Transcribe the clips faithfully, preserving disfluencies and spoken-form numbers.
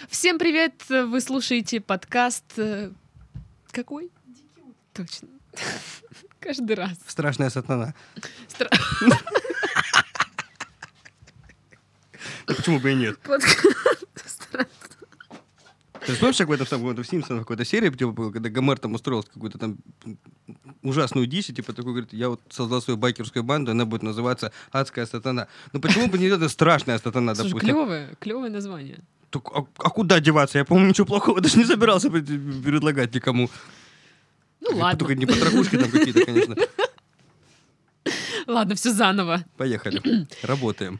Всем привет! Вы слушаете подкаст... Какой? Дикий утки. Точно. Каждый раз. Страшная сатана. Стра... Почему бы и нет? Ты помнишь, какой-то в Симпсонах какой-то серии типа, был, когда Гомер там устроил какую-то там ужасную дичь, и типа такой говорит, я вот создал свою байкерскую банду, она будет называться «Адская сатана». Ну почему бы не это «Страшная сатана», Слушай, допустим? клевое, клевое название. Так, а, а куда деваться? Я, по-моему, ничего плохого даже не собирался предлагать никому. Ну ладно. Только не потрохушки там какие-то, конечно. Ладно, все заново. Поехали. Работаем.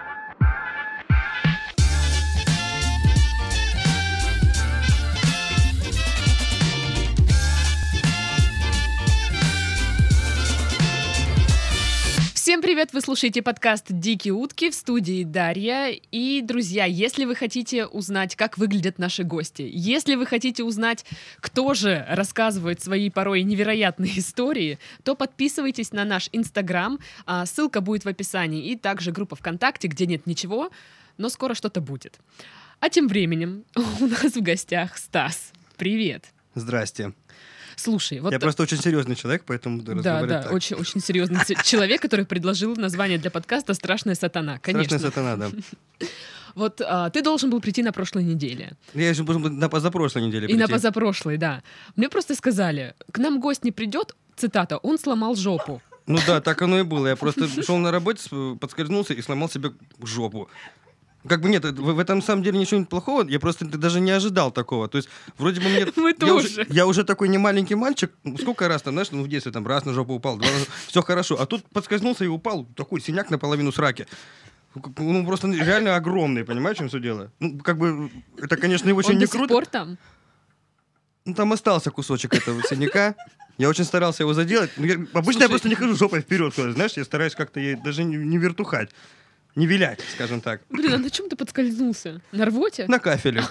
Всем привет! Вы слушаете подкаст «Дикие утки», в студии Дарья. И, друзья, если вы хотите узнать, как выглядят наши гости, если вы хотите узнать, кто же рассказывает свои порой невероятные истории, то подписывайтесь на наш Инстаграм, ссылка будет в описании, и также группа ВКонтакте, где нет ничего, но скоро что-то будет. А тем временем у нас в гостях Стас. Привет! Здрасте. Слушай, вот... Я просто очень серьезный человек, поэтому буду разговаривать Да, да, так. очень, очень серьезный человек, который предложил название для подкаста «Страшная сатана». Конечно. Страшная сатана, да. Вот а, ты должен был прийти на прошлой неделе. Я еще должен был на позапрошлой неделе прийти. И на позапрошлой, да. Мне просто сказали, к нам гость не придет, цитата, он сломал жопу. Ну да, так оно и было. Я просто шел на работе, подскользнулся и сломал себе жопу. Как бы нет, в, в этом самом деле ничего плохого, я просто даже не ожидал такого. То есть, вроде бы мне... Мы я тоже. Уже, я уже такой не маленький мальчик, сколько раз там, знаешь, ну в детстве там раз на жопу упал, два раза, все хорошо. А тут подскользнулся и упал, такой синяк наполовину сраки. Ну просто реально огромный, понимаешь, в чем все дело? Ну как бы, это, конечно, его очень он не до сих круто. пор там? Ну там остался кусочек этого синяка. Я очень старался его заделать. Я, обычно Слушай, я просто не хожу жопой вперед, знаешь, я стараюсь как-то ей даже не, не вертухать. Не вилять, скажем так. Блин, а на чем ты подскользнулся? На рвоте? На кафеле.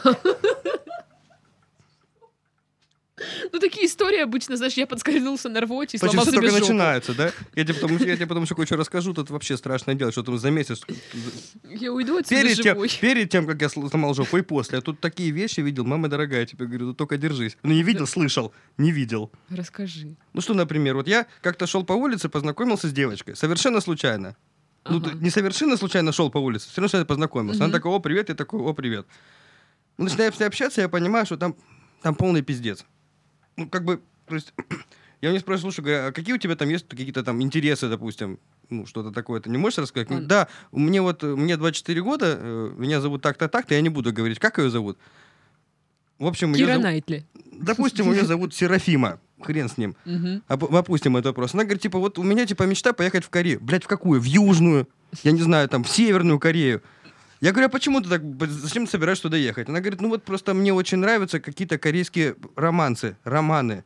Ну, такие истории обычно, знаешь, я подскользнулся на рвоте и Почти сломал все себе только жопу. начинаются, да? Я тебе потом, я тебе потом еще кое-что расскажу, тут вообще страшное дело, что там за месяц... Я уйду отсюда Перед тем, живой. перед тем, как я сломал жопу, и после. Я тут такие вещи видел. Мама дорогая, я тебе говорю, ну только держись. Ну не видел, слышал, не видел. Расскажи. Ну что, например, вот я как-то шел по улице, познакомился с девочкой. Совершенно случайно. Ну, Ага. не совершенно случайно шел по улице, все равно что я познакомился. Мгм. Она такой, о, привет, я такой, о, привет. Ну, начинаем с ней общаться, я понимаю, что там, там полный пиздец. Ну, как бы, то есть, я у нее спрашиваю, слушай, говорю, а какие у тебя там есть какие-то там интересы, допустим, ну, что-то такое, ты не можешь рассказать? Он- Да, мне вот, мне двадцать четыре года, э, меня зовут так-то, так-то, я не буду говорить, как ее зовут. В общем, ее Кира зовут- Найтли. допустим, ее зовут Серафима, хрен с ним. Мгм. Оп- Опустим этот вопрос. Она говорит, типа, вот у меня, типа, мечта поехать в Корею. Блядь, в какую? В Южную? Я не знаю, там, в Северную Корею. Я говорю, а почему ты так, зачем ты собираешься туда ехать? Она говорит, ну вот просто мне очень нравятся какие-то корейские романсы, романы.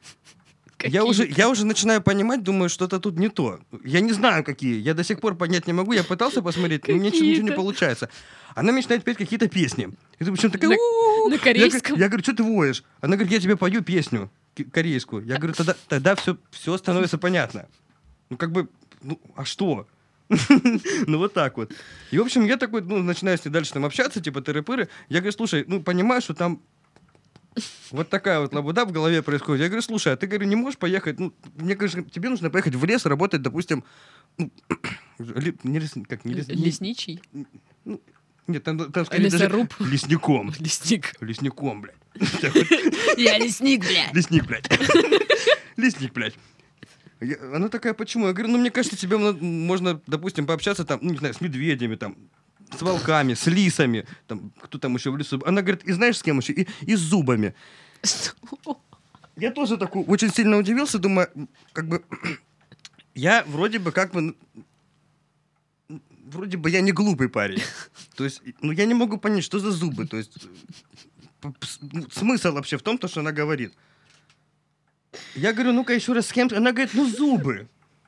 Я уже, я уже начинаю понимать, думаю, что-то тут не то. Я не знаю, какие. Я до сих пор понять не могу. Я пытался посмотреть, но мне ничего, ничего не Какие-то. получается. Она начинает петь какие-то песни. И ты почему такая... На- «У-у-у». на Я корейском? говорю- Я говорю, что ты воешь? Она говорит, я тебе пою песню к- корейскую. Я говорю, тогда, тогда все, все становится понятно. Ну, как бы, ну, а что? Ну, вот так вот. И, в общем, я такой, ну, начинаю с ней дальше там общаться, типа, тыры-пыры. Я говорю, слушай, ну, понимаешь, что там вот такая вот лабуда в голове происходит. Я говорю, слушай, а ты, говорю, не можешь поехать? Ну, мне кажется, тебе нужно поехать в лес, работать, допустим, ну, ли- не лес- как, не лес- не- Лесничий? нет, там, там скорее даже Лесоруб? лесником. Лесник. Лесником, блядь. Я лесник, блядь. Лесник, блядь. Лесник, блядь. Я- Она такая, почему? Я говорю, ну, мне кажется, тебе м- можно, допустим, пообщаться там, ну, не знаю, с медведями, там, с волками, с лисами, там, кто там еще в лесу. Она говорит, и знаешь, с кем еще? И, и с зубами. Я тоже такой очень сильно удивился, думаю, как бы, я вроде бы как бы, м, вроде бы я не глупый парень. То есть, ну, я не могу понять, что за зубы, то есть, п- п- с- ну, смысл вообще в том, то, что она говорит. Я говорю, ну-ка еще раз с кем-то. Она говорит, ну зубы.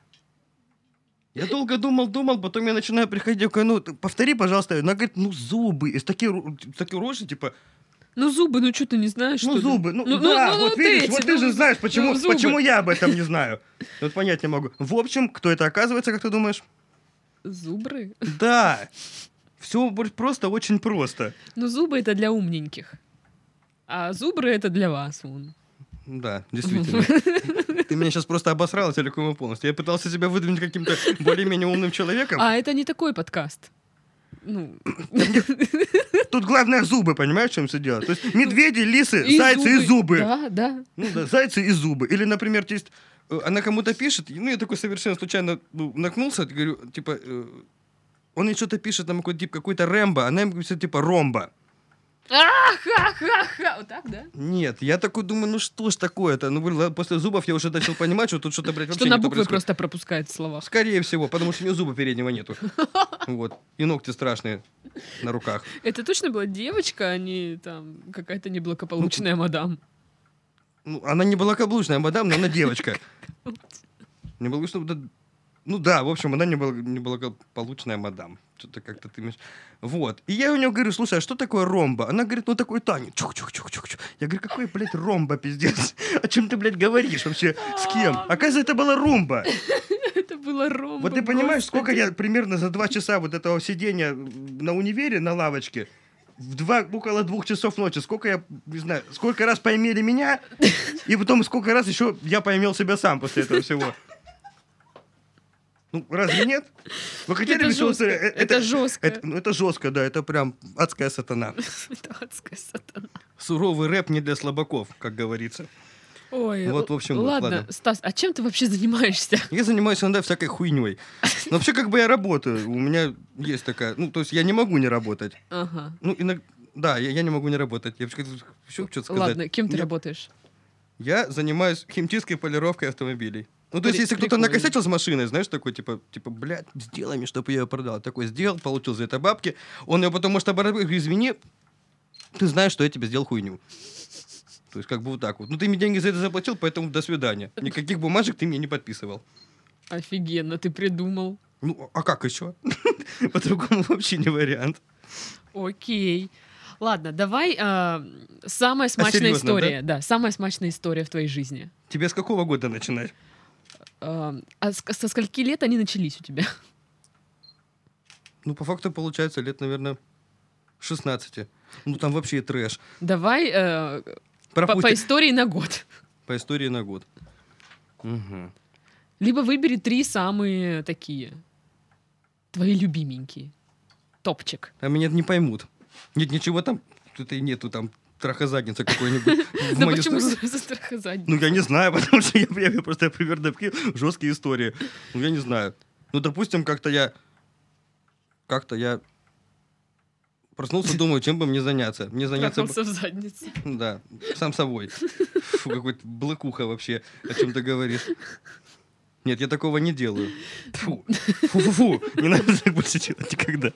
Я долго думал, думал, потом я начинаю приходить, я говорю, ну т- повтори, пожалуйста. Она говорит, ну зубы. И с такие, ру- с такие рожи, типа, Ну, зубы, ну что ты не знаешь, ну что ли? зубы. Ну, да, вот видишь, эти, вот ты ну, же знаешь, почему, ну, зубы. почему я об этом не знаю. Вот понять не могу. В общем, кто это оказывается, как ты думаешь? Зубры? Да. Все просто очень просто. Ну, зубы это для умненьких. А зубры это для вас, вон. Да, действительно. Ты меня сейчас просто обосрала целиком и полностью. Я пытался себя выдвинуть каким-то более-менее умным человеком. А это не такой подкаст. Ну. Тут главное зубы, понимаешь, в чем все дело? То есть медведи, лисы, И зайцы зубы. и зубы. Да, да. Ну да, зайцы и зубы. Или, например, есть... э, она кому-то пишет, ну, я такой совершенно случайно ну, наткнулся, говорю, типа, э, он ей что-то пишет, там какой-то, типа, какой-то Рэмбо, она ему пишет, типа, Ромба. А-ха-ха-ха. Вот так, да? Нет, я такой думаю, ну что ж такое-то? Ну, блин, ладно, после зубов я уже начал понимать, что тут что-то, блядь, вообще Что на не то буквы происходит. просто пропускает в словах. Скорее всего, потому что у нее зуба переднего нету. Вот. И ногти страшные на руках. Это точно была девочка, а не там какая-то неблагополучная мадам. Ну, она не благополучная мадам, но она девочка. Неблагополучная... да, ну да, в общем, она не была неблагополучная мадам. Что-то как-то ты... имеешь- Вот. И я у нее говорю, слушай, а что такое ромба? Она говорит, ну такой танец. Чух-чух-чух-чух-чух. Я говорю, какой, блядь, ромба, пиздец? О чем ты, блядь, говоришь вообще? С кем? Оказывается, это была румба. Это было ромба. Вот ты понимаешь, господи. сколько я примерно за два часа вот этого сидения на универе на лавочке, в два, около двух часов ночи, сколько я, не знаю, сколько раз поимели меня, и потом сколько раз еще я поимел себя сам после этого всего. Ну, разве нет? Вы хотели Это веселую жестко. историю? Э, Это жестко. Это, ну, это жестко, да, это прям адская сатана. Это адская сатана. Суровый рэп не для слабаков, как говорится. Ой, Вот, в общем, вот, ладно, ладно. Стас, а чем ты вообще занимаешься? Я занимаюсь иногда всякой хуйней. Но вообще, как бы я работаю. У меня есть такая... Ну, то есть я не могу не работать. Ага. Ну, иногда... Да, я, я не могу не работать. Я вообще хочу что-то сказать. Ладно, кем ты Я- работаешь? Я занимаюсь химчисткой и полировкой автомобилей. Ну, то есть, При- если кто-то прикольно. накосячил с машиной, знаешь, такой, типа, типа, блядь, сделай мне, чтобы я ее продал. Такой сделал, получил за это бабки. Он ее потом может оборотить, извини, ты знаешь, что я тебе сделал хуйню. То есть, как бы вот так вот. Ну, ты мне деньги за это заплатил, поэтому до свидания. Никаких бумажек ты мне не подписывал. Офигенно, ты придумал. Ну, а как еще? По-другому вообще не вариант. Окей. Ладно, давай а, самая смачная серьезно, история. Да? самая смачная история в твоей жизни. Тебе с какого года начинать? А, а с- со скольки лет они начались у тебя? Ну, по факту, получается, лет, наверное, шестнадцати. Ну, там вообще трэш. Давай э, по, Пропустим. по истории на год. По истории на год. Угу. Либо выбери три самые такие. Твои любименькие. Топчик. А меня не поймут. Нет, ничего там, тут и нету там трахозадница какой-нибудь в Да мою почему сторону. сразу страхозадник? Ну, я не знаю, потому что я, я, я просто примерно такие жесткие истории. Ну, я не знаю. Ну, допустим, как-то я... Как-то я проснулся, думаю, чем бы мне заняться. Мне заняться... Трахался в задницу. Да, сам собой. Фу, какой-то блыкуха вообще, о чем ты говоришь. Нет, я такого не делаю. Фу, фу-фу-фу, не надо так больше делать никогда.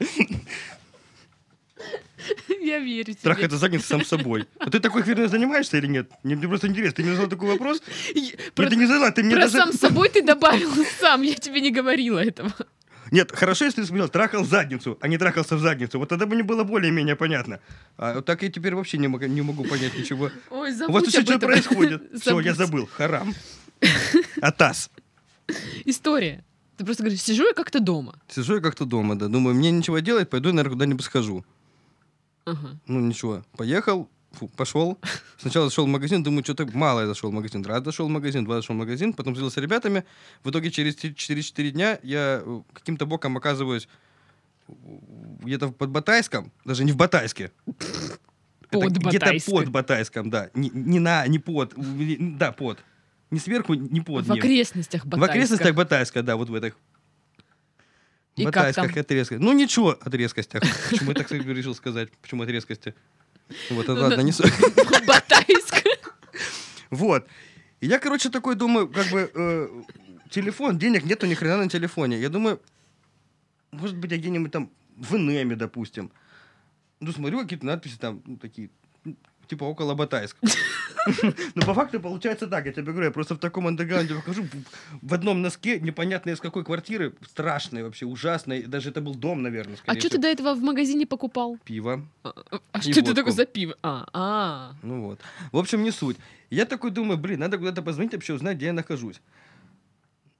Я верю тебе. Трах это задница сам собой. А ты такой херней занимаешься или нет? Мне, мне просто интересно. Ты мне задал такой вопрос? Я- Нет, Про, ты не задала, ты мне про даже... сам собой ты добавил сам, я тебе не говорила этого. Нет, хорошо, если ты сказал, трахал задницу, а не трахался в задницу. Вот тогда бы мне было более-менее понятно. А вот так я теперь вообще не, мог- не могу понять ничего. Ой, У забудь вас вообще об что этом. происходит? Все, я Забудь. забыл. Харам. Атас. История. Ты просто говоришь, сижу я как-то дома. Сижу я как-то дома, да. Думаю, мне ничего делать, пойду, наверное, куда-нибудь схожу. Ага. Ну, ничего. Поехал, фу, пошел. Сначала зашел в магазин, думаю, что-то мало я зашел в магазин. Раз зашел в магазин, два зашел в магазин, потом встретился с ребятами. В итоге через четыре-четыре дня я э, каким-то боком оказываюсь где-то под Батайском, даже не в Батайске. Под Это где-то Батайском. под Батайском, да. Не, не на, не под. не- Да, под. Не сверху, не под В ним. окрестностях В Батайска. окрестностях Батайска, да, вот в этих. И как Батайских там? отрезках. Ну, ничего от резкостях. Почему я так решил сказать? Почему от резкости? Вот, Ну, ладно, да. не суть. Батайск. Вот. И я, короче, такой думаю, как бы, э, телефон, денег нету ни хрена на телефоне. Я думаю, может быть, я где-нибудь там в Инеме, допустим. Ну, смотрю, какие-то надписи там, ну, такие, ну, типа около Батайск. Но по факту получается так, я тебе говорю, я просто в таком андеграунде выхожу, в одном носке, непонятно из какой квартиры, страшной вообще, ужасной, даже это был дом, наверное, А скорее что ты всего. до этого в магазине покупал? Пиво. А, а- а И что ты водку. такой за пиво? А, а. Ну вот. В общем, не суть. Я такой думаю, блин, надо куда-то позвонить, вообще узнать, где я нахожусь.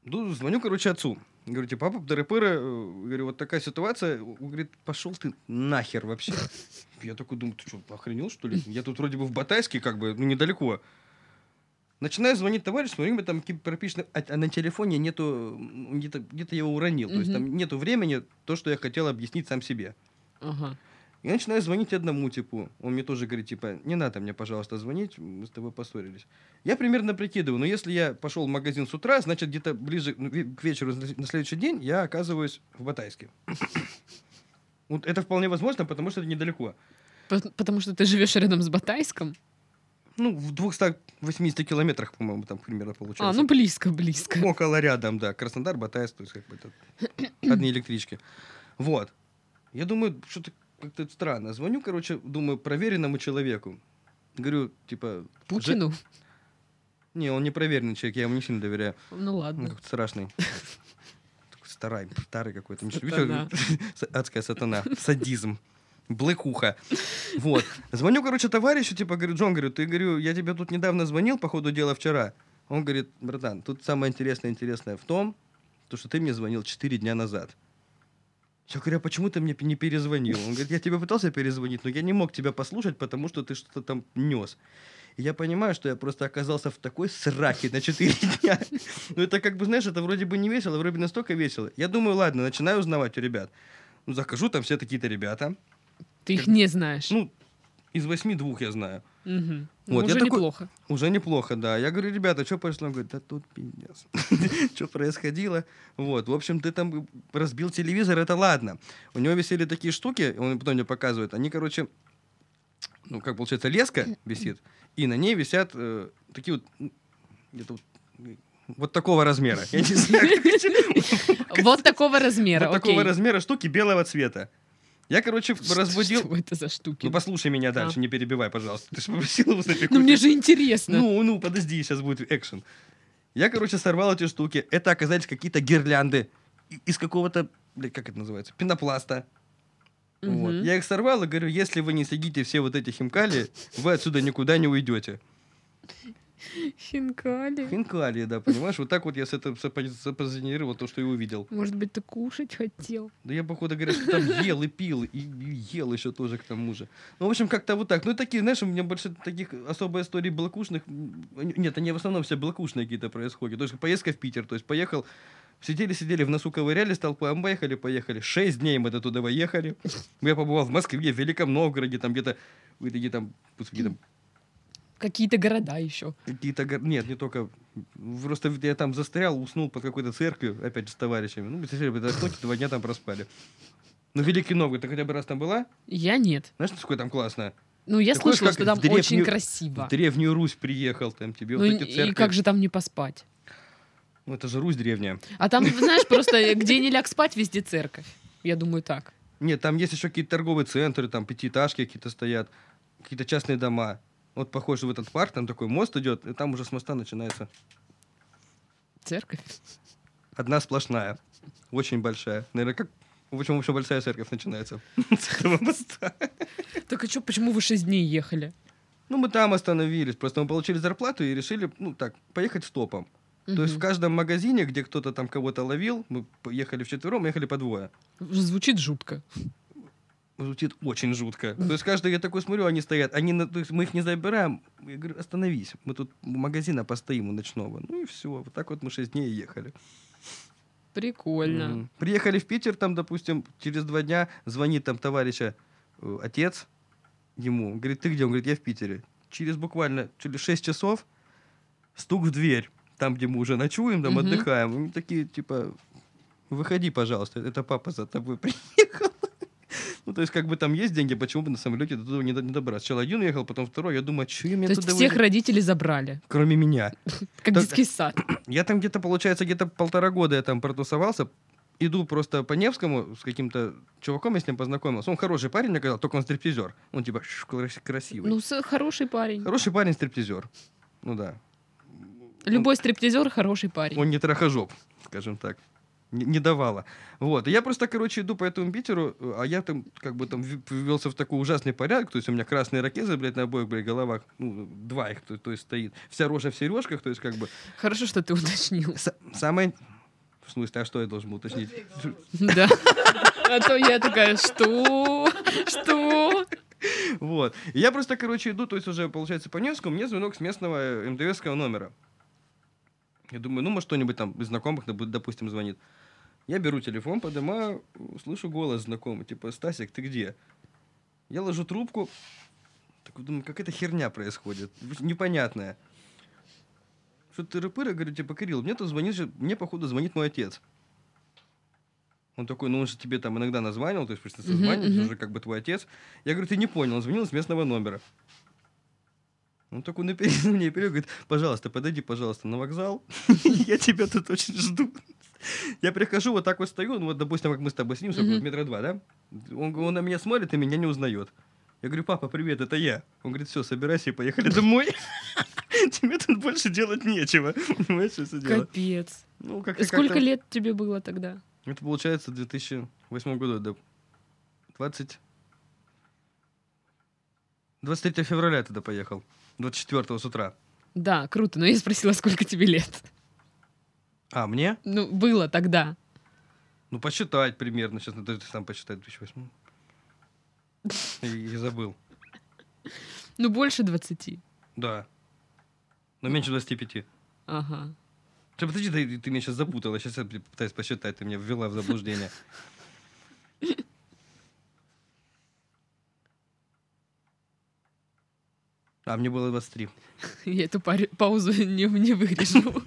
Ну, звоню, короче, отцу. Говорю, типа, папа, дыры-пыры, говорю, вот такая ситуация. Он говорит, пошел ты нахер вообще. Я такой думаю, ты что, охренел, что ли? Я тут вроде бы в Батайске, как бы, ну, недалеко. Начинаю звонить товарищу, смотрю, мне там прописано, а, а на телефоне нету, где-то, где-то я его уронил. Mm-hmm. То есть там нету времени, то, что я хотел объяснить сам себе. Uh-huh. Я начинаю звонить одному типу. Он мне тоже говорит, типа, не надо мне, пожалуйста, звонить, мы с тобой поссорились. Я примерно прикидываю, но если я пошел в магазин с утра, значит, где-то ближе к вечеру на следующий день я оказываюсь в Батайске. Вот это вполне возможно, потому что это недалеко. Потому что ты живешь рядом с Батайском? Ну, в двухстах восьмидесяти километрах, по-моему, там примерно получается. А, ну близко, близко. Около рядом, да. Краснодар, Батайск, то есть как бы это одни электрички. Вот. Я думаю, что-то как-то это странно. Звоню, короче, думаю, проверенному человеку. Говорю, типа... Путину? Же... Не, он не проверенный человек, я ему не сильно доверяю. Ну ладно. Он как-то страшный. Старый, старый какой-то. Сатана. Адская сатана. Садизм. Блэкуха. Вот. Звоню, короче, товарищу, типа, говорю, Джон, говорю, ты, говорю, я тебе тут недавно звонил, по ходу дела, вчера. Он говорит, братан, тут самое интересное, интересное в том, то, что ты мне звонил четыре дня назад. Я говорю, а почему ты мне не перезвонил? Он говорит, я тебе пытался перезвонить, но я не мог тебя послушать, потому что ты что-то там нес. И я понимаю, что я просто оказался в такой сраке на четыре дня. Ну, это как бы, знаешь, это вроде бы не весело, вроде бы настолько весело. Я думаю, ладно, начинаю узнавать у ребят. Ну, захожу, там все такие-то ребята. Ты их как... не знаешь? Ну, из восьми двух я знаю. Угу. Вот, уже я такой... неплохо. Уже неплохо, да. Я говорю, ребята, что пошло? Он говорит, да тут пиздец. Что происходило? Вот, в общем, ты там разбил телевизор, это ладно. У него висели такие штуки, он потом мне показывает, они, короче, ну, как получается, леска висит, и на ней висят э, такие вот, где-то вот, вот такого размера. Я не знаю. Вот такого размера, Вот такого размера штуки белого цвета. Я, короче, разбудил... Что это за штуки? Ну, послушай меня дальше, а. не перебивай, пожалуйста. Ты же попросила узнать. Ну, мне же интересно. Ну, ну, подожди, сейчас будет экшен. Я, короче, сорвал эти штуки. Это оказались какие-то гирлянды из какого-то, как это называется, пенопласта. Угу. Вот. Я их сорвал и говорю, если вы не съедите все вот эти хинкали, вы отсюда никуда не уйдете. Хинкали. Хинкали, да, понимаешь? Вот так вот я с этим запозиционировал то, что и увидел. Может быть, ты кушать хотел? Да я, походу говоря, что там ел и пил, и ел еще тоже к тому же. Ну, в общем, как-то вот так. Ну, такие, знаешь, у меня больше таких особо историй блокушных... Нет, они в основном все блокушные какие-то происходят. То есть поездка в Питер, то есть поехал... Сидели-сидели, в носу ковыряли с толпой, а мы поехали, поехали. Шесть дней мы до туда ехали. Я побывал в Москве, в Великом Новгороде, там где-то... Где там... Где-то какие-то города еще. Какие-то города. Нет, не только. Просто я там застрял, уснул под какой-то церковью, опять же, с товарищами. Ну, представляете, два дня там проспали. Ну, Великий Новгород, ты хотя бы раз там была? Я нет. Знаешь, что такое там классно? Ну, я ты слышала, ходишь, что там древнюю, очень красиво. В Древнюю Русь приехал, там тебе ну, вот эти церкви. И как же там не поспать? Ну, это же Русь древняя. А там, знаешь, просто где не ляг спать, везде церковь. Я думаю, так. Нет, там есть еще какие-то торговые центры, там пятиэтажки какие-то стоят, какие-то частные дома. Вот похоже в этот парк, там такой мост идет, и там уже с моста начинается... Церковь? Одна сплошная, очень большая. Наверное, как... В общем, очень большая церковь начинается с этого моста. Так а что, почему вы шесть дней ехали? Ну, мы там остановились, просто мы получили зарплату и решили, ну, так, поехать стопом. То есть в каждом магазине, где кто-то там кого-то ловил, мы ехали вчетвером, мы ехали по двое. Звучит жутко. Звучит очень жутко. То есть каждый, я такой смотрю, они стоят, они, то есть мы их не забираем. Я говорю, остановись, мы тут у магазина постоим у ночного. Ну и все, вот так вот мы шесть дней ехали. Прикольно. Mm-hmm. Приехали в Питер, там, допустим, через два дня звонит там товарища э, отец ему, говорит, ты где? Он говорит, я в Питере. Через буквально через шесть часов стук в дверь, там, где мы уже ночуем, там, mm-hmm. отдыхаем. И мы такие, типа, выходи, пожалуйста, это папа за тобой приехал. Ну, то есть, как бы там есть деньги, почему бы на самолете до туда не, не добраться? Сначала один уехал, потом второй. Я думаю, а что я меня туда... То есть всех вы... родителей забрали? Кроме меня. Как детский сад. Я там где-то, получается, где-то полтора года я там протусовался. Иду просто по Невскому с каким-то чуваком, я с ним познакомился. Он хороший парень, мне казалось, только он стриптизер. Он типа красивый. Ну, хороший парень. Хороший парень стриптизер. Ну да. Любой он... стриптизер хороший парень. Он не трахожоп, скажем так. Не, не давала. Вот. И я просто, короче, иду по этому Питеру, а я там, как бы, там ввелся в такой ужасный порядок, то есть у меня красные ракезы, блядь, на обоих, блядь, головах, ну, два их, то, то есть стоит. Вся рожа в сережках, то есть, как бы... Хорошо, что ты уточнил. С- самое... В смысле, а что я должен был уточнить? Да. А то я такая, что? Что? Вот. И я просто, короче, иду, то есть уже, получается, по Невскому, мне звонок с местного эм дэ эсского номера. Я думаю, ну, может, кто-нибудь там из знакомых, допустим, звонит. Я беру телефон, поднимаю, слышу голос знакомый, типа, Стасик, ты где? Я ложу трубку, так думаю, какая-то херня происходит, непонятная. Что-то тыры-пыры, говорю, типа, Кирилл, мне тут звонит, мне, походу, звонит мой отец. Он такой, ну, он же тебе там иногда названивал, то есть, просто созванивался, uh-huh, uh-huh. уже как бы твой отец. Я говорю, ты не понял, он звонил с местного номера. Он такой наперед мне вперед, говорит, пожалуйста, подойди, пожалуйста, на вокзал, я тебя тут очень жду. Я прихожу, вот так вот стою, ну вот, допустим, как мы с тобой сидим, mm-hmm. метра два, да? Он, он на меня смотрит и меня не узнает. Я говорю, папа, привет, это я. Он говорит, все, собирайся и поехали домой. Тебе тут больше делать нечего. Понимаешь, что все дело? Капец. Ну, как, сколько как лет тебе было тогда? Это получается в две тысячи восьмом году, да. двадцать... двадцать третьего февраля я туда поехал. двадцать четвёртого с утра. Да, круто, но я спросила, сколько тебе лет. А, мне? Ну, было тогда. Ну, посчитать примерно. Сейчас надо сам посчитать. две тысячи восьмой. И, и забыл. Ну, больше двадцати. Да. Но меньше двадцати пяти. Ага. Что, подожди, ты, ты меня сейчас запутала. Сейчас я пытаюсь посчитать. Ты меня ввела в заблуждение. А, мне было двадцать три. Я эту пари- паузу не, не вырежу.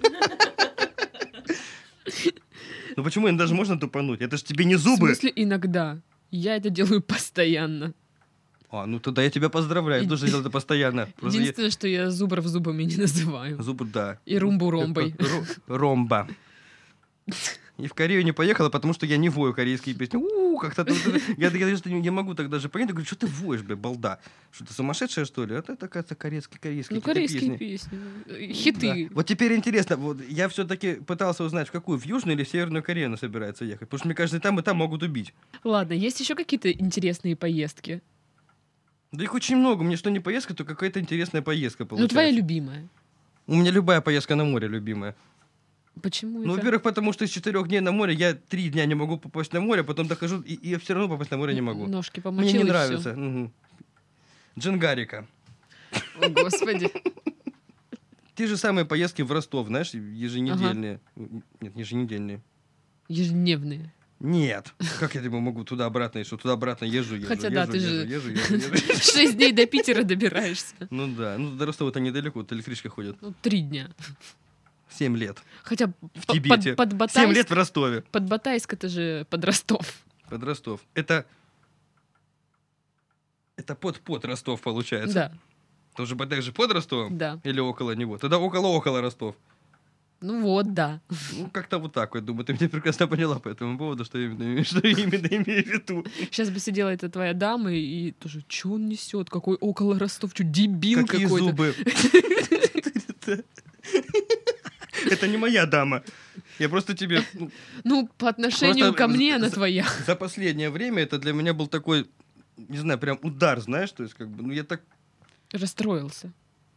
Ну почему? Даже можно тупануть. Это же тебе не зубы. В смысле иногда? Я это делаю постоянно. А, ну тогда я тебя поздравляю. Я тоже делаю это постоянно. Просто единственное, я... что я зубров зубами не называю. Зубы, да. И румбу ромбой. Ромба. И в Корею не поехала, потому что я не вою корейские песни. У-у-у, как-то я, я, я, я не могу так даже понять. Я говорю, что ты воешь, бля, балда? Что ты сумасшедшая, что ли? Это такая корейские, корейские Ну, корейские песни. песни. Хиты. Да. Вот теперь интересно, вот я все-таки пытался узнать, в какую, в Южную или в Северную Корею она собирается ехать. Потому что, мне кажется, и там, и там могут убить. Ладно, есть еще какие-то интересные поездки? Да их очень много. Мне что не поездка, то какая-то интересная поездка получается. Ну, твоя любимая. У меня любая поездка на море любимая. Почему ну, это? во-первых, потому что из четырех дней на море я три дня не могу попасть на море, потом дохожу, и, и я все равно попасть на море не могу. Ножки помочил. Мне не нравится. Угу. Джингарика. О, Господи. Те же самые поездки в Ростов, знаешь, еженедельные. Ага. Нет, еженедельные. Ежедневные. Нет. Как я тебе могу туда-обратно, что туда-обратно езжу, езжу, Хотя езжу, да, ты езжу, же езжу, езжу, езжу. шесть дней до Питера добираешься. Ну да. Ну, до Ростова-то недалеко, вот электричка ходит. Ну, три дня. Семь лет. Хотя в Тибете. Под, под Батайск, Семь лет в Ростове. Под Батайск это же под Ростов. Под Ростов. Это... Это под-под Ростов, получается. Да. Тоже Батайск же под Ростовом? Да. Или около него? Тогда около-около Ростов. Ну вот, да. Ну, как-то вот так вот. Думаю, ты меня прекрасно поняла по этому поводу, что именно, что именно имею в виду. Сейчас бы сидела эта твоя дама и тоже, что он несет? Какой около Ростов? Что, дебил какие какой-то? Зубы? Это не моя дама. Я просто тебе... Ну, по отношению ко мне она твоя. За последнее время это для меня был такой, не знаю, прям удар, знаешь, то есть как бы, ну я так... Расстроился.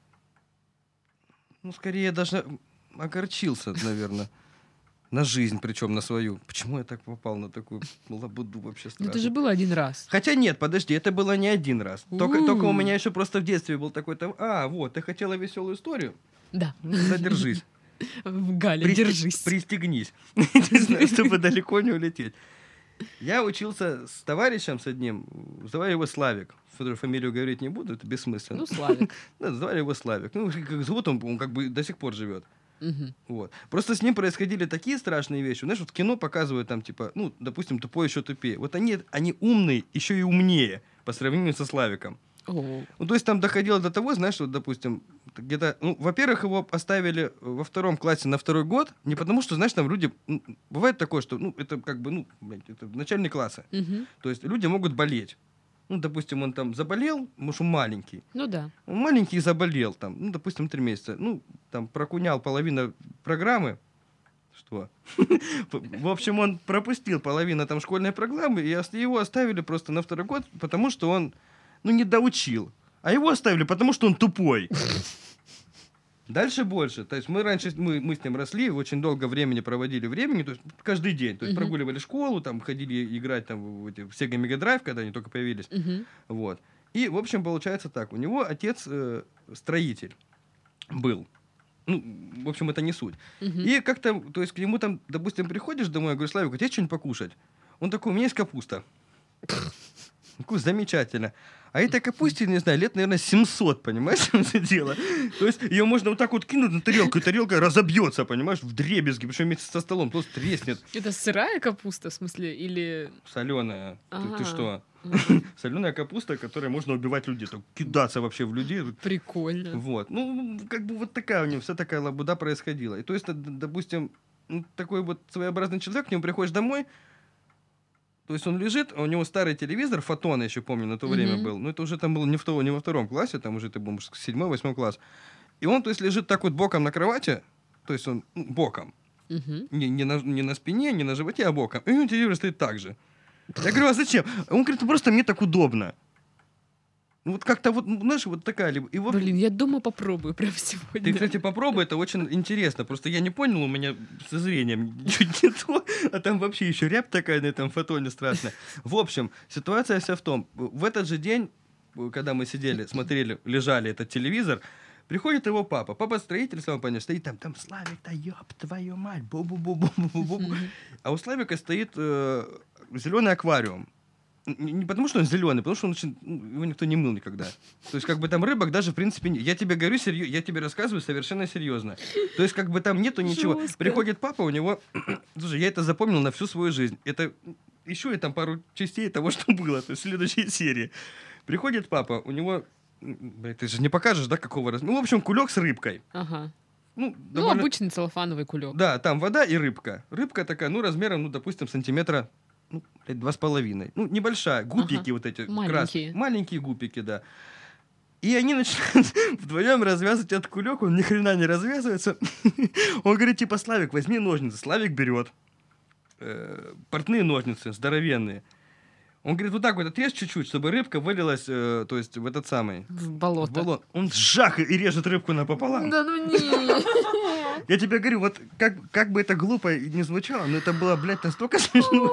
Ну, скорее даже огорчился, наверное. На жизнь, причем на свою. Почему я так попал на такую лабуду вообще страшно? Ну, это же было один раз. Хотя нет, подожди, это было не один раз. Только, только у меня еще просто в детстве был такой... А, вот, ты хотела веселую историю? Да. Задержись. Галя, Пристег... держись. Пристегнись. Не знаю, чтобы далеко не улететь. Я учился с товарищем, с одним, звали его Славик. Фамилию говорить не буду, это бессмысленно. Ну, Славик. Да, звали его Славик. Ну, как зовут, он, он как бы до сих пор живет. Угу. Вот. Просто с ним происходили такие страшные вещи. Знаешь, вот в кино показывают там, типа, ну, допустим, тупой еще тупее. Вот они, они умные, еще и умнее по сравнению со Славиком. О. Ну, то есть там доходило до того, знаешь, вот, допустим, где-то, ну, во-первых, его оставили во втором классе на второй год, не потому что, знаешь, там люди, ну, бывает такое, что, ну, это как бы, ну, блядь, это начальные классы. Угу. То есть люди могут болеть. Ну, допустим, он там заболел, может, он маленький. Ну да. Он маленький и заболел там, ну, допустим, три месяца. Ну, там прокунял половину программы. Что? В общем, он пропустил половину там школьной программы, и его оставили просто на второй год, потому что он, ну, не доучил. А его оставили, потому что он тупой. Дальше больше. То есть мы раньше, мы, мы с ним росли, очень долго времени проводили времени, то есть каждый день. То есть uh-huh. прогуливали школу, там ходили играть там, в эти, в Sega Mega Drive, когда они только появились. Uh-huh. Вот. И, в общем, получается так. У него отец э, строитель был. Ну, в общем, это не суть. Uh-huh. И как-то, то есть к нему там, допустим, приходишь домой, я говорю, Славик, у тебя что-нибудь покушать? Он такой, у меня есть капуста. Замечательно. А этой капусте, не знаю, лет, наверное, семьсот, понимаешь, это дело. То есть ее можно вот так вот кинуть на тарелку, и тарелка разобьется, понимаешь, вдребезги, причем вместе со столом, просто треснет. Это сырая капуста, в смысле, или... Соленая. Ага. Ты, ты что? Соленая капуста, которой можно убивать людей, так, кидаться вообще в людей. Прикольно. Вот. Ну, как бы вот такая у него, вся такая лабуда происходила. И то есть, допустим, такой вот своеобразный человек, к нему приходишь домой, то есть он лежит, а у него старый телевизор, Фотон, я еще помню, на то время mm-hmm. был. Но это уже там было не, в то, не во втором классе, там уже это был седьмой, восьмой класс. И он, то есть, лежит так вот боком на кровати, то есть он ну, боком. Mm-hmm. Не, не, на, не на спине, не на животе, а боком. И у него телевизор стоит так же. Я говорю, а зачем? Он говорит, просто мне так удобно. Ну вот как-то вот, знаешь, вот такая... И вот... Блин, я дома попробую прямо сегодня. Ты, кстати, попробуй, это очень интересно. Просто я не понял, у меня со зрением чуть не то, а там вообще еще рябь такая на этом фотоне страшная. В общем, ситуация вся в том, в этот же день, когда мы сидели, смотрели, лежали этот телевизор, приходит его папа. Папа строитель, сам понятно, стоит там, там, Славик-то, ёб твою мать, бу-бу-бу-бу-бу-бу. А у Славика стоит э, зеленый аквариум. Не, не потому, что он зеленый, потому что он очень, его никто не мыл никогда. То есть, как бы там рыбок даже, в принципе, не... Я тебе говорю серьезно, я тебе рассказываю совершенно серьезно. То есть, как бы там нету ничего. Жестко. Приходит папа, у него... Слушай, я это запомнил на всю свою жизнь. Это еще и там пару частей того, что было. То есть, в следующей серии. Приходит папа, у него... Блин, ты же не покажешь, да, какого размера? Ну, в общем, кулек с рыбкой. Ага. Ну, ну довольно... обычный целлофановый кулек. Да, там вода и рыбка. Рыбка такая, ну, размером, ну, допустим, сантиметра... Ну, два с половиной. Ну, небольшая. Гупики ага. вот эти. Маленькие. Красные. Маленькие гупики, да. И они начинают вдвоем развязывать этот кулек, он ни хрена не развязывается. Он говорит, типа, Славик, возьми ножницы. Славик берет. Э, портные ножницы, здоровенные. Он говорит, вот так вот отрежь чуть-чуть, чтобы рыбка вылилась, э, то есть в этот самый... В болото. В болото. Он сжах и режет рыбку напополам. Да ну не. Я тебе говорю, вот как, как бы это глупо не звучало, но это было, блядь, настолько смешно.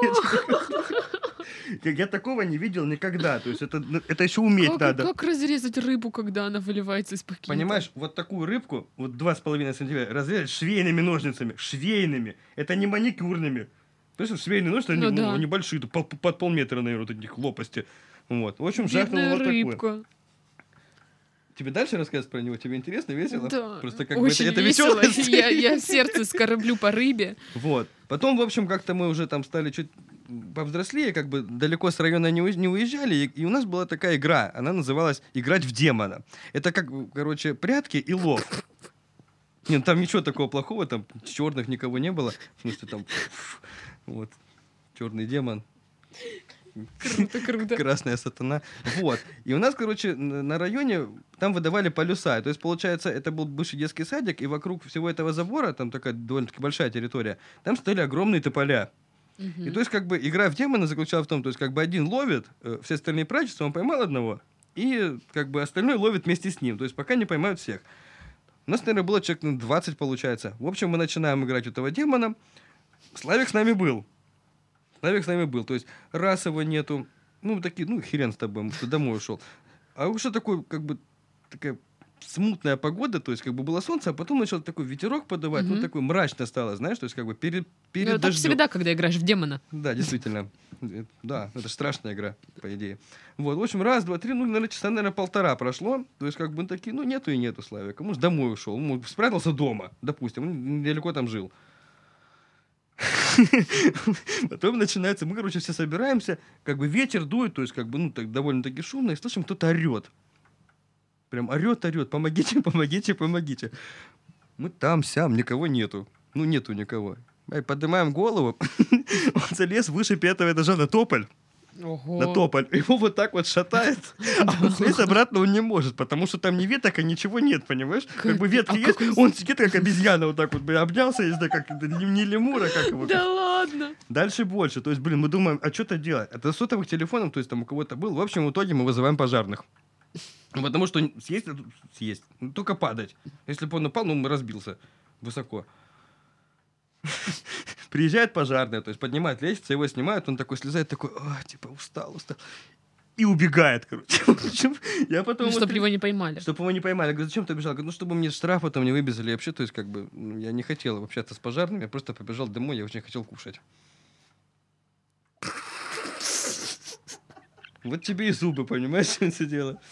Я, я такого не видел никогда. То есть это, это еще уметь как, надо. Как разрезать рыбу, когда она выливается из пакета? Понимаешь, вот такую рыбку, вот два с половиной сантиметра, разрезать швейными ножницами. Швейными. Это не маникюрными. То есть швейные ножницы, ну, они да. ну, небольшие, под, под полметра, наверное, вот этих лопасти. Вот. В общем, жахнуло вот такое. Тебе дальше рассказывать про него? Тебе интересно, весело? Да, просто как очень бы это, это весело. Я, я сердце скорблю по рыбе. Вот. Потом, в общем, как-то мы уже там стали чуть повзрослее, как бы далеко с района не уезжали, и, и у нас была такая игра, она называлась «Играть в демона». Это как, короче, прятки и лов. Нет, там ничего такого плохого, там черных никого не было. В смысле, там, вот, черный демон. Круто, круто. Красная сатана. Вот. И у нас, короче, на районе там выдавали полюса. То есть, получается, это был бывший детский садик, и вокруг всего этого забора, там такая довольно-таки большая территория, там стояли огромные тополя. Угу. И то есть, как бы, игра в демона заключалась в том, то есть, как бы, один ловит, э, все остальные прячутся, он поймал одного, и, как бы, остальной ловит вместе с ним. То есть, пока не поймают всех. У нас, наверное, было человек ну, двадцать, получается. В общем, мы начинаем играть у этого демона. Славик с нами был. Славик с нами был. То есть, раз его нету. Ну, такие, ну, хрен с тобой, ты домой ушел. А уже такой, как бы, такая смутная погода, то есть, как бы, было солнце, а потом начал такой ветерок подувать, mm-hmm. ну, такой мрачно стало, знаешь, то есть, как бы, перед, перед ну, дождем. Так всегда, когда играешь в демона. Да, действительно. Да, это же страшная игра, по идее. Вот, в общем, раз, два, три, ну, наверное, часа, наверное, полтора прошло. То есть, как бы, такие, ну, нету и нету Славика. Может, домой ушел, может, спрятался дома, допустим, он недалеко там жил. Потом начинается, мы, короче, все собираемся, как бы ветер дует, то есть, как бы, ну, так довольно-таки шумно, и слышим, кто-то орет. Прям орет, орет, помогите, помогите, помогите. Мы там, сям, никого нету. Ну, нету никого. Поднимаем голову, он залез выше пятого этажа на тополь. Ого. На тополь. Его вот так вот шатает, а вот слезть обратно он не может, потому что там ни веток, а ничего нет, понимаешь? Как, как бы ветки а есть, он... он сидит как обезьяна, вот так вот обнялся, не знаю, как не лемура, как его. Да ладно. Дальше больше, то есть, блин, мы думаем, а что-то делать? Это сотовых телефонов, то есть там у кого-то был. В общем, в итоге мы вызываем пожарных. Ну, потому что съесть, съесть, ну, только падать. Если бы он упал, ну, разбился высоко. Приезжает пожарная, то есть поднимает лестницу, его снимают, он такой слезает, такой, а, типа, устал, устал. И убегает, короче. Я потом... Ну, чтобы его не поймали. Чтобы его не поймали. Я говорю, зачем ты побежал? Говорю, ну, чтобы мне штраф потом не выбежали. Вообще, то есть, как бы, я не хотел общаться с пожарными, я просто побежал домой, я очень хотел кушать. Вот тебе и зубы, понимаешь, что это дело?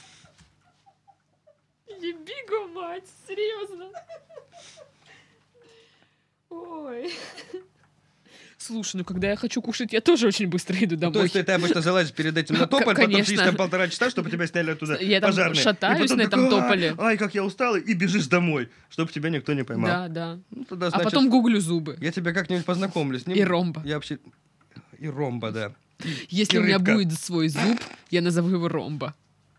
Ебиго, мать, серьезно. Ой. Слушай, ну когда я хочу кушать, я тоже очень быстро иду домой. То есть ты, ты обычно залазишь перед этим на тополь, потом сидишь там полтора часа, чтобы тебя сняли оттуда я там пожарные. шатаюсь на этом тополе. Ай, как я устал, и бежишь домой, чтобы тебя никто не поймал. Да, да. Ну, тогда, а значит, потом гуглю зубы. Я тебя как-нибудь познакомлю с ним. И ромба. Я вообще... И ромба, да. Если и у меня рыбка. будет свой зуб, я назову его ромба.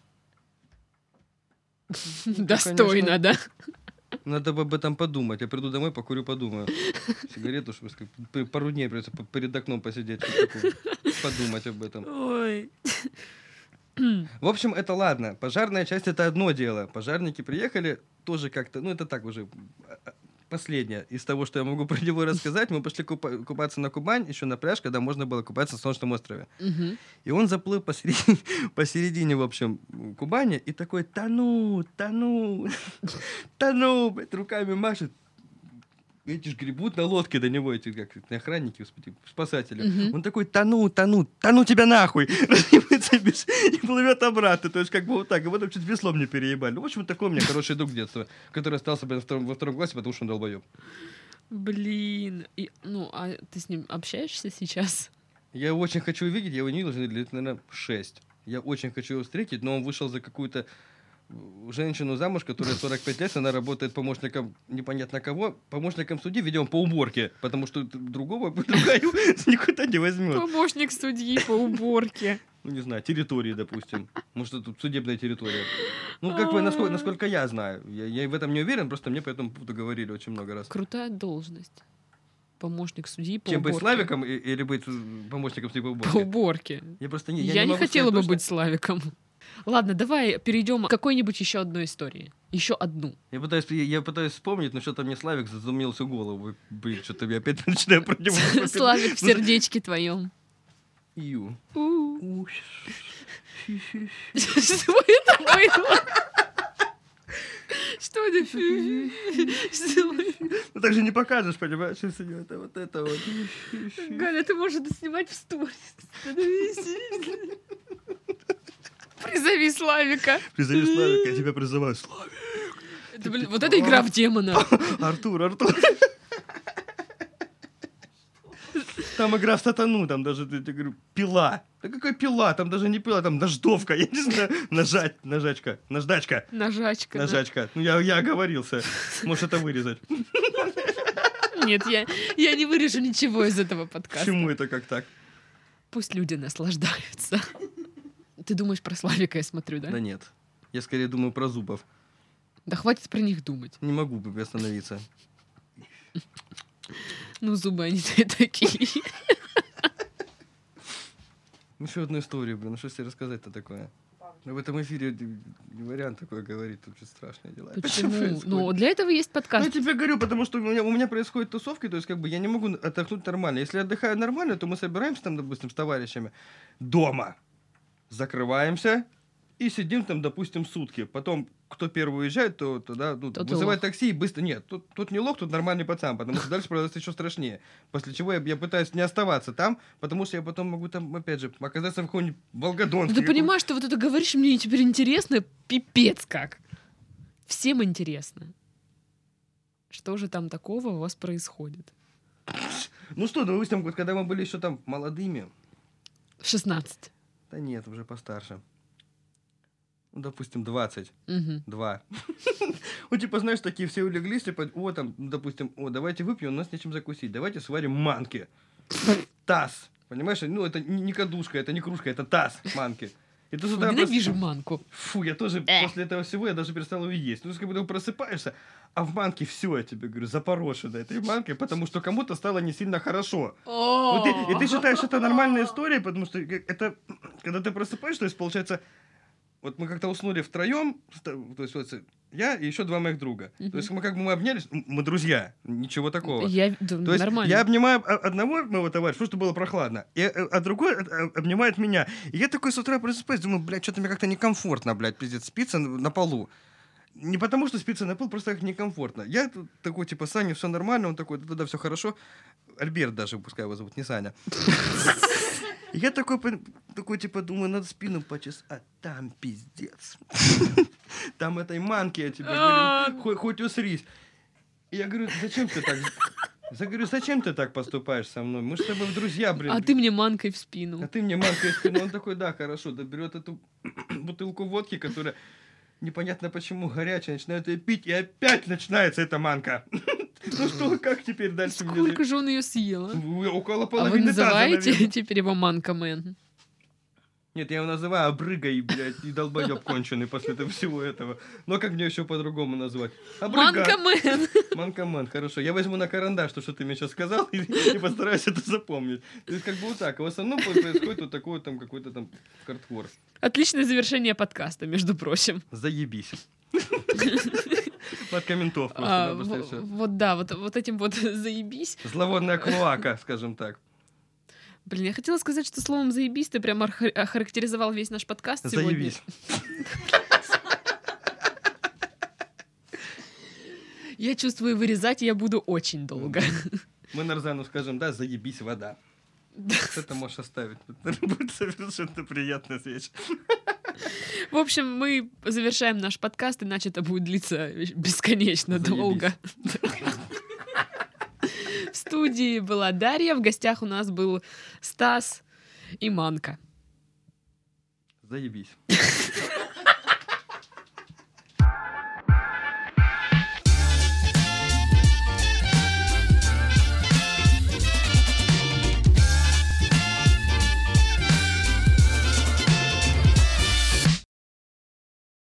Достойно, да? Надо об этом подумать. Я приду домой, покурю, подумаю. Сигарету, чтобы пару дней придется перед окном посидеть, подумать об этом. Ой. В общем, это ладно. Пожарная часть — это одно дело. Пожарники приехали, тоже как-то, ну это так уже последнее из того, что я могу про него рассказать. Мы пошли купа- купаться на Кубань, еще на пляж, когда можно было купаться на Солнечном острове. Угу. И он заплыл посередине, посередине, в общем, Кубани, и такой: тону, тону, тону, блядь, руками машет. Эти ж гребут на лодке до него, эти как охранники, господи, спасатели. Угу. Он такой: тону, тону, тону тебя нахуй! И плывет обратно. То есть как бы вот так. И потом чуть веслом не переебали. В общем, такой у меня хороший друг детства, который остался во втором, во втором классе, потому что он долбоеб. Блин. И, ну, а ты с ним общаешься сейчас? Я его очень хочу увидеть, я его не видел лет, наверное, шесть. Я очень хочу его встретить, но он вышел за какую-то женщину замуж, которая сорок пять лет, она работает помощником непонятно кого, помощником судьи, видимо, по уборке, потому что другого другая никуда не возьмет. Помощник судьи по уборке. Ну, не знаю, территории, допустим. Может, это тут судебная территория. Ну, как бы, насколько, насколько я знаю. Я, я в этом не уверен, просто мне по этому поводу говорили очень много раз. Крутая должность. Помощник судьи по Чем уборке. быть Славиком и- или быть помощником судьи по уборке? По уборке. Я просто не, Я, я не, не могу хотела сказать бы точно. быть Славиком. Ладно, давай перейдем к какой-нибудь еще одной истории. Еще одну. Я пытаюсь, я, я пытаюсь вспомнить, но что-то мне Славик зазумил всю голову. Блин, что-то я опять начинаю про него. Славик в сердечке твоем. Ю. У. Что это было? Что это? Что? Ну так же не покажешь, понимаешь, если это вот это вот. Галя, ты можешь это снимать в сторис. Призови Славика. Призови Славика, я тебя призываю. Славик. Это, блин, вот это игра в демона. Артур, Артур. Там игра в сатану, там даже, я тебе говорю, пила. Да какая пила? Там даже не пила, там наждовка, я не знаю. Нажать, нажачка, наждачка. Нажачка. да. Нажачка. Ну, я, я оговорился. Можешь это вырезать. Нет, я, я не вырежу ничего из этого подкаста. Почему это как так? Пусть люди наслаждаются. Ты думаешь про Славика, я смотрю, да? Да нет. Я скорее думаю про зубов. Да хватит про них думать. Не могу бы остановиться. Ну, зубы они такие. Еще одну историю, блин. Ну что тебе рассказать-то такое? В этом эфире не вариант такой говорить, тут же страшные дела. Почему? Ну, для этого есть Ну, подкаст. я тебе говорю, потому что у меня, у меня происходят тусовки, то есть как бы я не могу отдохнуть нормально. Если я отдыхаю нормально, то мы собираемся там, допустим, с товарищами дома, закрываемся и сидим там, допустим, сутки. Потом, кто первый уезжает, то тогда ну, Тот и вызывает лох. такси и быстро... Нет, тут, тут не лох, тут нормальный пацан, потому что дальше продается еще страшнее. После чего я, я пытаюсь не оставаться там, потому что я потом могу там, опять же, оказаться в каком-нибудь Ну, Волгодонске. ты понимаешь, что вот это говоришь, мне теперь интересно, пипец как. Всем интересно. Что же там такого у вас происходит? Ну что, допустим, вот когда мы были еще там молодыми, шестнадцать. да нет, уже постарше. Ну, допустим, двадцать Угу. два. Ну, типа, знаешь, такие все улеглись, типа, о, там, ну, допустим, о, давайте выпьем, у нас нечем закусить, давайте сварим манки. Таз, понимаешь? Ну, это не не кадушка, это не кружка, это таз манки. И ты с утра Ненавижу прос- манку. Фу, я тоже Э. после этого всего, я даже перестал ее есть. Ну, как бы ты просыпаешься, а в манке все, я тебе говорю, запорошено этой манкой, потому что кому-то стало не сильно хорошо. Вот ты- и ты считаешь, это нормальная история, потому что это, когда ты просыпаешься, то есть, получается, вот мы как-то уснули втроем, то есть вот я и еще два моих друга. Uh-huh. То есть мы как бы мы обнялись, мы друзья, ничего такого. Я, да, то есть нормально. я обнимаю одного моего товарища, потому что было прохладно, и, а другой обнимает меня. И я такой с утра просыпаюсь, думаю, блядь, что-то мне как-то некомфортно, блядь, пиздец, спится на полу. Не потому, что спится на полу, просто как некомфортно. Я такой, типа, Саня, все нормально, он такой, да-да, все хорошо. Альберт даже, пускай его зовут, не Саня. Я такой, такой, типа, думаю, надо спину почесать. А там пиздец. Там этой манки, я тебе говорю, хоть, хоть усрись. И я говорю, зачем ты так... Я говорю, зачем ты так поступаешь со мной? Мы же с тобой друзья, блин. А ты мне манкой в спину. А ты мне манкой в спину. Он такой, да, хорошо. Да берет эту бутылку водки, которая непонятно почему горячая, начинает ее пить, и опять начинается эта манка. Ну что, как теперь дальше? Сколько же он ее съел? Около А вы половины таза, называете наверное. теперь его манка-мен? Нет, я его называю обрыгой, блядь, и долбоеб конченый после этого всего этого. Но как мне еще по-другому назвать? Обрыга. Манка-мен. Манка-мен, хорошо. Я возьму на карандаш то, что ты мне сейчас сказал, и, и постараюсь это запомнить. То есть как бы вот так. А в основном происходит вот такой там какой-то там хардкор. Отличное завершение подкаста, между прочим. Заебись. Под комментов просто. А, да, в, просто вот да, вот, вот этим вот заебись. Зловонная клоака, скажем так. Блин, я хотела сказать, что словом заебись ты прям охар- охарактеризовал весь наш подкаст сегодня. Заебись. Я чувствую, вырезать я буду очень долго. Мы Нарзану скажем, да, заебись вода. Это можешь оставить. Это будет совершенно приятная вещь. В общем, мы завершаем наш подкаст, иначе это будет длиться бесконечно Заебись. долго. В студии была Дарья, в гостях у нас был Стас и Манка. Заебись.